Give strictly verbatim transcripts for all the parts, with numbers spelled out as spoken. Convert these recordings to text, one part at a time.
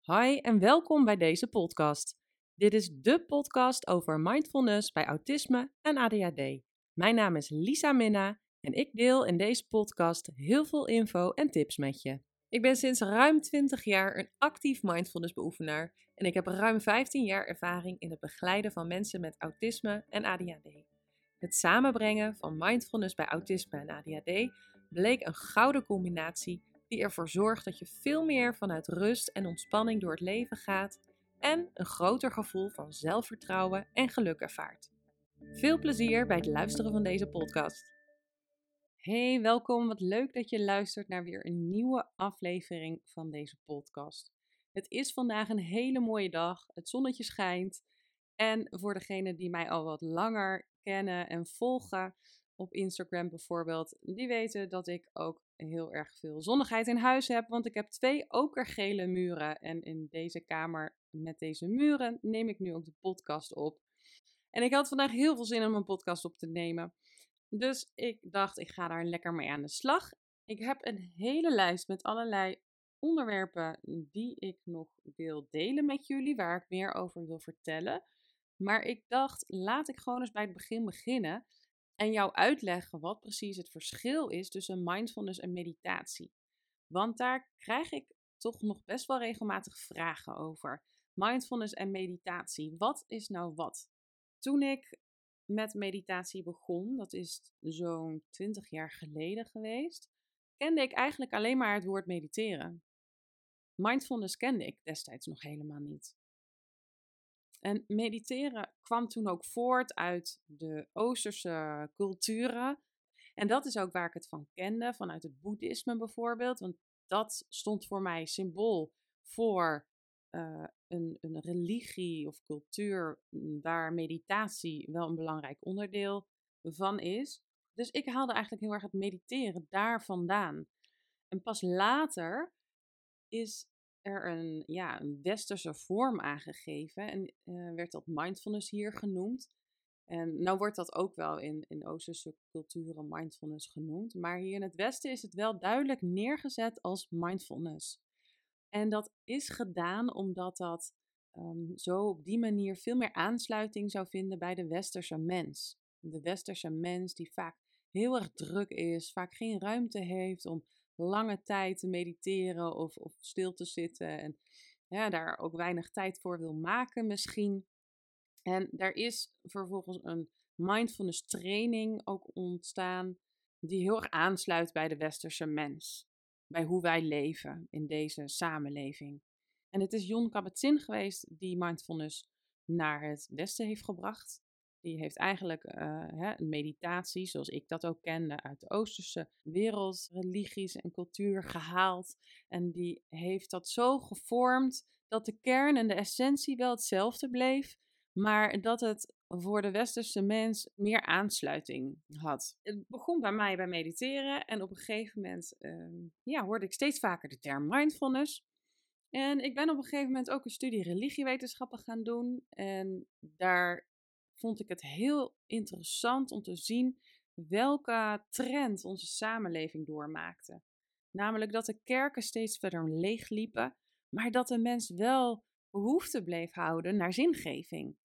Hi en welkom bij deze podcast. Dit is de podcast over mindfulness bij autisme en A D H D. Mijn naam is Lisa Minna en ik deel in deze podcast heel veel info en tips met je. Ik ben sinds ruim twintig jaar een actief mindfulness beoefenaar en ik heb ruim vijftien jaar ervaring in het begeleiden van mensen met autisme en A D H D. Het samenbrengen van mindfulness bij autisme en A D H D bleek een gouden combinatie die ervoor zorgt dat je veel meer vanuit rust en ontspanning door het leven gaat en een groter gevoel van zelfvertrouwen en geluk ervaart. Veel plezier bij het luisteren van deze podcast. Hey, welkom. Wat leuk dat je luistert naar weer een nieuwe aflevering van deze podcast. Het is vandaag een hele mooie dag. Het zonnetje schijnt. En voor degenen die mij al wat langer kennen en volgen op Instagram bijvoorbeeld, die weten dat ik ook heel erg veel zonnigheid in huis heb. Want ik heb twee okergele muren. En in deze kamer met deze muren neem ik nu ook de podcast op. En ik had vandaag heel veel zin om een podcast op te nemen. Dus ik dacht, ik ga daar lekker mee aan de slag. Ik heb een hele lijst met allerlei onderwerpen die ik nog wil delen met jullie, waar ik meer over wil vertellen. Maar ik dacht, laat ik gewoon eens bij het begin beginnen en jou uitleggen wat precies het verschil is tussen mindfulness en meditatie. Want daar krijg ik toch nog best wel regelmatig vragen over. Mindfulness en meditatie, wat is nou wat? Toen ik met meditatie begon, dat is zo'n twintig jaar geleden geweest, kende ik eigenlijk alleen maar het woord mediteren. Mindfulness kende ik destijds nog helemaal niet. En mediteren kwam toen ook voort uit de Oosterse culturen. En dat is ook waar ik het van kende, vanuit het boeddhisme bijvoorbeeld. Want dat stond voor mij symbool voor uh, een, een religie of cultuur waar meditatie wel een belangrijk onderdeel van is. Dus ik haalde eigenlijk heel erg het mediteren daar vandaan. En pas later is er een, ja, een westerse vorm aangegeven en uh, werd dat mindfulness hier genoemd. En nou wordt dat ook wel in, in Oosterse culturen mindfulness genoemd, maar hier in het Westen is het wel duidelijk neergezet als mindfulness. En dat is gedaan omdat dat um, zo op die manier veel meer aansluiting zou vinden bij de westerse mens. De westerse mens die vaak heel erg druk is, vaak geen ruimte heeft om lange tijd te mediteren of, of stil te zitten en ja, daar ook weinig tijd voor wil maken misschien. En daar is vervolgens een mindfulness training ook ontstaan die heel erg aansluit bij de westerse mens. Bij hoe wij leven in deze samenleving. En het is Jon Kabat-Zinn geweest die mindfulness naar het westen heeft gebracht. Die heeft eigenlijk uh, hè, een meditatie, zoals ik dat ook kende, uit de Oosterse wereld, religies en cultuur gehaald. En die heeft dat zo gevormd dat de kern en de essentie wel hetzelfde bleef, maar dat het voor de westerse mens meer aansluiting had. Het begon bij mij bij mediteren en op een gegeven moment uh, ja, hoorde ik steeds vaker de term mindfulness. En ik ben op een gegeven moment ook een studie religiewetenschappen gaan doen. En daar vond ik het heel interessant om te zien welke trend onze samenleving doormaakte. Namelijk dat de kerken steeds verder leegliepen, maar dat de mens wel behoefte bleef houden naar zingeving.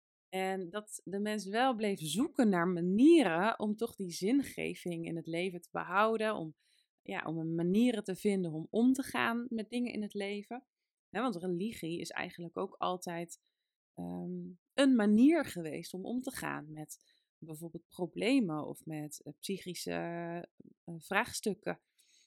En dat de mens wel bleef zoeken naar manieren om toch die zingeving in het leven te behouden. Om, ja, om manieren te vinden om om te gaan met dingen in het leven. Ja, want religie is eigenlijk ook altijd um, een manier geweest om om te gaan met bijvoorbeeld problemen of met uh, psychische uh, vraagstukken.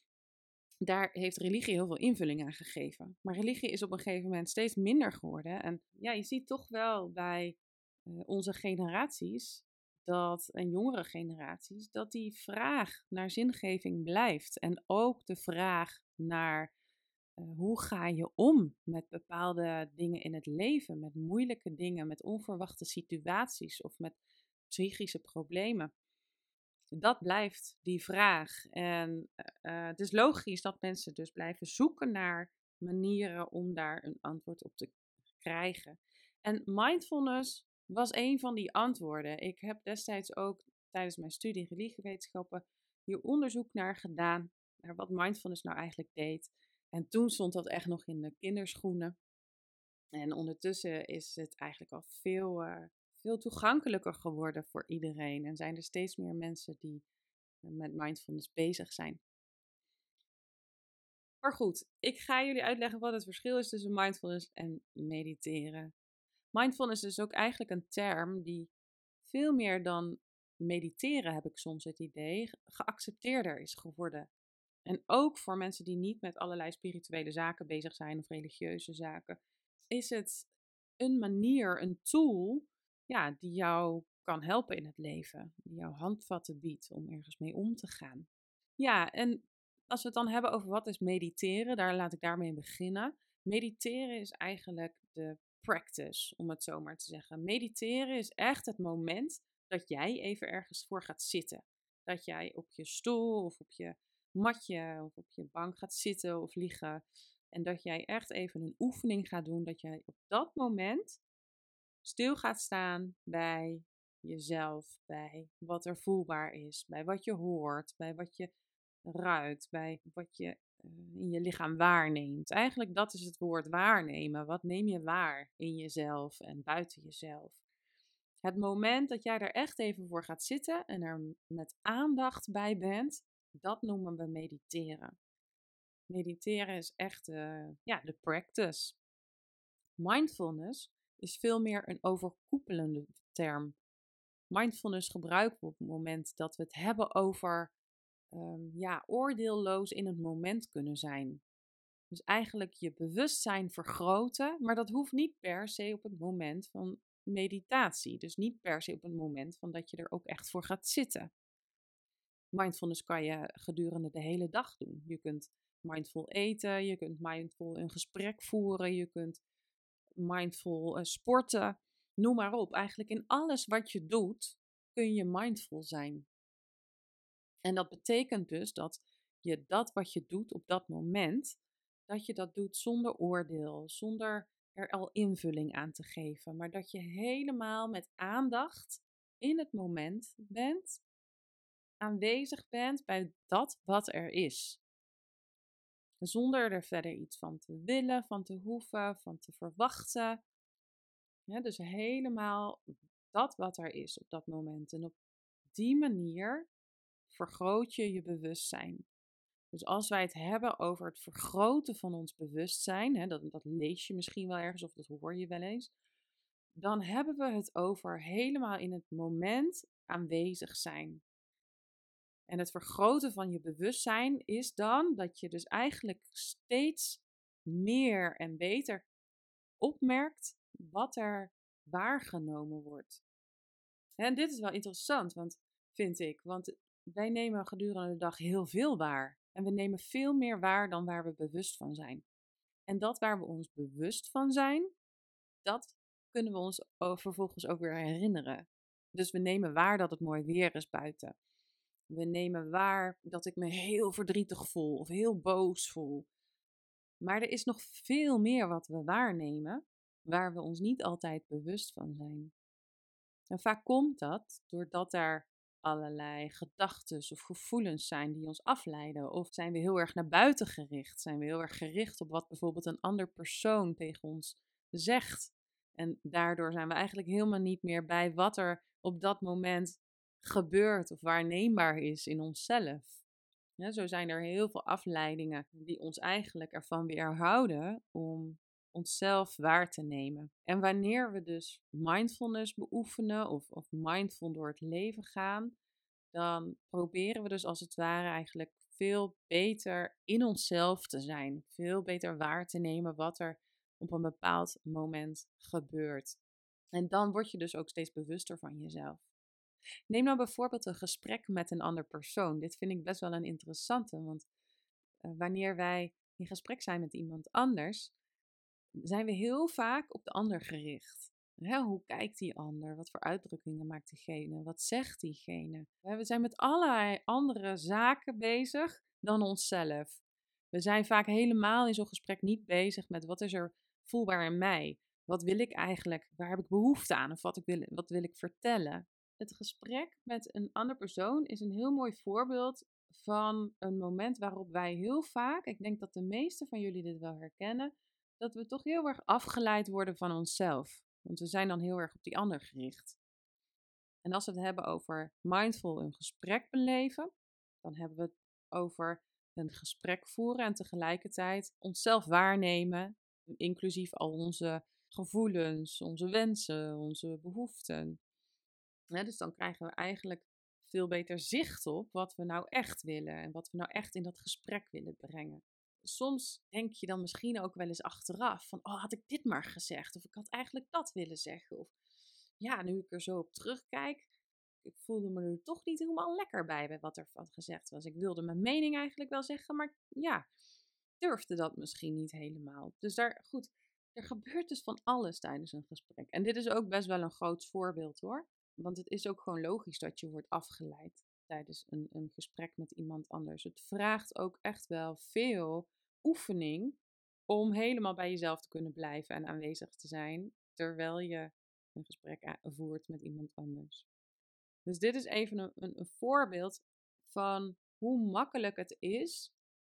Daar heeft religie heel veel invulling aan gegeven. Maar religie is op een gegeven moment steeds minder geworden. En ja, je ziet toch wel bij uh, onze generaties, dat, en jongere generaties, dat die vraag naar zingeving blijft. En ook de vraag naar uh, hoe ga je om met bepaalde dingen in het leven, met moeilijke dingen, met onverwachte situaties of met psychische problemen. Dat blijft die vraag. En uh, het is logisch dat mensen dus blijven zoeken naar manieren om daar een antwoord op te krijgen. En mindfulness was een van die antwoorden. Ik heb destijds ook tijdens mijn studie religiewetenschappen hier onderzoek naar gedaan, naar wat mindfulness nou eigenlijk deed. En toen stond dat echt nog in de kinderschoenen. En ondertussen is het eigenlijk al veel, uh, veel toegankelijker geworden voor iedereen. En zijn er steeds meer mensen die met mindfulness bezig zijn. Maar goed, ik ga jullie uitleggen wat het verschil is tussen mindfulness en mediteren. Mindfulness is ook eigenlijk een term die veel meer dan mediteren, heb ik soms het idee, geaccepteerder is geworden. En ook voor mensen die niet met allerlei spirituele zaken bezig zijn of religieuze zaken, is het een manier, een tool, ja, die jou kan helpen in het leven. Die jou handvatten biedt om ergens mee om te gaan. Ja, en als we het dan hebben over wat is mediteren, daar laat ik daarmee beginnen. Mediteren is eigenlijk de practice, om het zo maar te zeggen. Mediteren is echt het moment dat jij even ergens voor gaat zitten. Dat jij op je stoel of op je matje of op je bank gaat zitten of liggen. En dat jij echt even een oefening gaat doen. Dat jij op dat moment stil gaat staan bij jezelf. Bij wat er voelbaar is. Bij wat je hoort. Bij wat je ruikt. Bij wat je uh, in je lichaam waarneemt. Eigenlijk dat is het woord waarnemen. Wat neem je waar in jezelf en buiten jezelf? Het moment dat jij er echt even voor gaat zitten en er met aandacht bij bent, dat noemen we mediteren. Mediteren is echt uh, ja, de practice. Mindfulness is veel meer een overkoepelende term. Mindfulness gebruiken we op het moment dat we het hebben over um, ja, oordeelloos in het moment kunnen zijn. Dus eigenlijk je bewustzijn vergroten, maar dat hoeft niet per se op het moment van meditatie. Dus niet per se op het moment van dat je er ook echt voor gaat zitten. Mindfulness kan je gedurende de hele dag doen. Je kunt mindful eten, je kunt mindful een gesprek voeren, je kunt mindful uh, sporten, noem maar op. Eigenlijk in alles wat je doet kun je mindful zijn. En dat betekent dus dat je dat wat je doet op dat moment, dat je dat doet zonder oordeel, zonder er al invulling aan te geven, maar dat je helemaal met aandacht in het moment bent, aanwezig bent bij dat wat er is. Zonder er verder iets van te willen, van te hoeven, van te verwachten. Ja, dus helemaal dat wat er is op dat moment. En op die manier vergroot je je bewustzijn. Dus als wij het hebben over het vergroten van ons bewustzijn, hè, dat, dat lees je misschien wel ergens of dat hoor je wel eens, dan hebben we het over helemaal in het moment aanwezig zijn. En het vergroten van je bewustzijn is dan dat je dus eigenlijk steeds meer en beter opmerkt wat er waargenomen wordt. En dit is wel interessant, want, vind ik, want wij nemen gedurende de dag heel veel waar. En we nemen veel meer waar dan waar we bewust van zijn. En dat waar we ons bewust van zijn, dat kunnen we ons vervolgens ook weer herinneren. Dus we nemen waar dat het mooi weer is buiten. We nemen waar dat ik me heel verdrietig voel of heel boos voel. Maar er is nog veel meer wat we waarnemen, waar we ons niet altijd bewust van zijn. En vaak komt dat doordat er allerlei gedachten of gevoelens zijn die ons afleiden. Of zijn we heel erg naar buiten gericht? Zijn we heel erg gericht op wat bijvoorbeeld een ander persoon tegen ons zegt? En daardoor zijn we eigenlijk helemaal niet meer bij wat er op dat moment gebeurt of waarneembaar is in onszelf. Ja, zo zijn er heel veel afleidingen die ons eigenlijk ervan weerhouden om onszelf waar te nemen. En wanneer we dus mindfulness beoefenen of, of mindful door het leven gaan, dan proberen we dus als het ware eigenlijk veel beter in onszelf te zijn. Veel beter waar te nemen wat er op een bepaald moment gebeurt. En dan word je dus ook steeds bewuster van jezelf. Neem nou bijvoorbeeld een gesprek met een ander persoon. Dit vind ik best wel een interessante, want uh, wanneer wij in gesprek zijn met iemand anders, zijn we heel vaak op de ander gericht. Hè, hoe kijkt die ander? Wat voor uitdrukkingen maakt diegene? Wat zegt diegene? We zijn met allerlei andere zaken bezig dan onszelf. We zijn vaak helemaal in zo'n gesprek niet bezig met wat is er voelbaar in mij? Wat wil ik eigenlijk? Waar heb ik behoefte aan? Of wat, ik wil, wat wil ik vertellen? Het gesprek met een andere persoon is een heel mooi voorbeeld van een moment waarop wij heel vaak, ik denk dat de meeste van jullie dit wel herkennen, dat we toch heel erg afgeleid worden van onszelf. Want we zijn dan heel erg op die ander gericht. En als we het hebben over mindful een gesprek beleven, dan hebben we het over een gesprek voeren en tegelijkertijd onszelf waarnemen, inclusief al onze gevoelens, onze wensen, onze behoeften. Ja, dus dan krijgen we eigenlijk veel beter zicht op wat we nou echt willen en wat we nou echt in dat gesprek willen brengen. Soms denk je dan misschien ook wel eens achteraf van, oh, had ik dit maar gezegd? Of ik had eigenlijk dat willen zeggen. Of ja, nu ik er zo op terugkijk, ik voelde me er toch niet helemaal lekker bij bij wat er van gezegd was. Ik wilde mijn mening eigenlijk wel zeggen, maar ja, durfde dat misschien niet helemaal. Dus daar, goed, er gebeurt dus van alles tijdens een gesprek. En dit is ook best wel een groot voorbeeld hoor. Want het is ook gewoon logisch dat je wordt afgeleid tijdens een, een gesprek met iemand anders. Het vraagt ook echt wel veel oefening om helemaal bij jezelf te kunnen blijven en aanwezig te zijn terwijl je een gesprek voert met iemand anders. Dus dit is even een, een, een voorbeeld van hoe makkelijk het is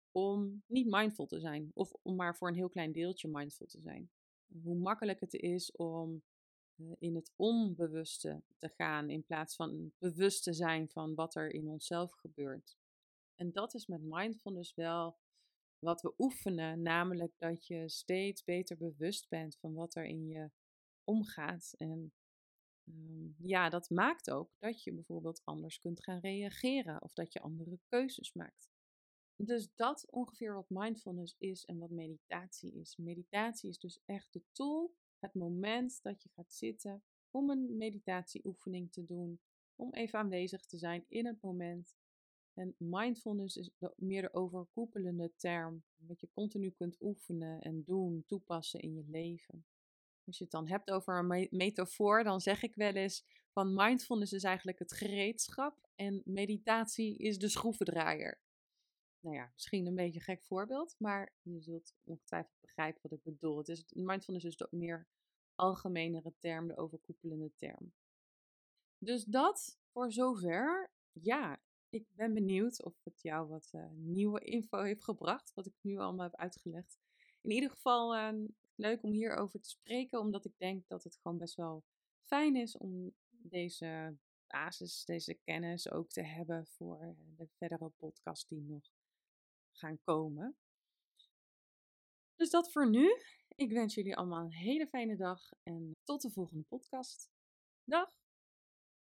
om niet mindful te zijn. Of om maar voor een heel klein deeltje mindful te zijn. Hoe makkelijk het is om uh, in het onbewuste te gaan in plaats van bewust te zijn van wat er in onszelf gebeurt. En dat is met mindfulness wel wat we oefenen, namelijk dat je steeds beter bewust bent van wat er in je omgaat. En um, ja, dat maakt ook dat je bijvoorbeeld anders kunt gaan reageren of dat je andere keuzes maakt. Dus dat ongeveer wat mindfulness is en wat meditatie is. Meditatie is dus echt de tool, het moment dat je gaat zitten om een meditatieoefening te doen, om even aanwezig te zijn in het moment. En mindfulness is de, meer de overkoepelende term, wat je continu kunt oefenen en doen, toepassen in je leven. Als je het dan hebt over een me- metafoor, dan zeg ik wel eens van mindfulness is eigenlijk het gereedschap en meditatie is de schroevendraaier. Nou ja, misschien een beetje een gek voorbeeld, maar je zult ongetwijfeld begrijpen wat ik bedoel. Het is, mindfulness is de meer algemenere term, de overkoepelende term. Dus dat voor zover. Ja, ik ben benieuwd of het jou wat uh, nieuwe info heeft gebracht, wat ik nu allemaal heb uitgelegd. In ieder geval uh, leuk om hierover te spreken, omdat ik denk dat het gewoon best wel fijn is om deze basis, deze kennis ook te hebben voor de verdere podcast die nog gaan komen. Dus dat voor nu. Ik wens jullie allemaal een hele fijne dag en tot de volgende podcast. Dag!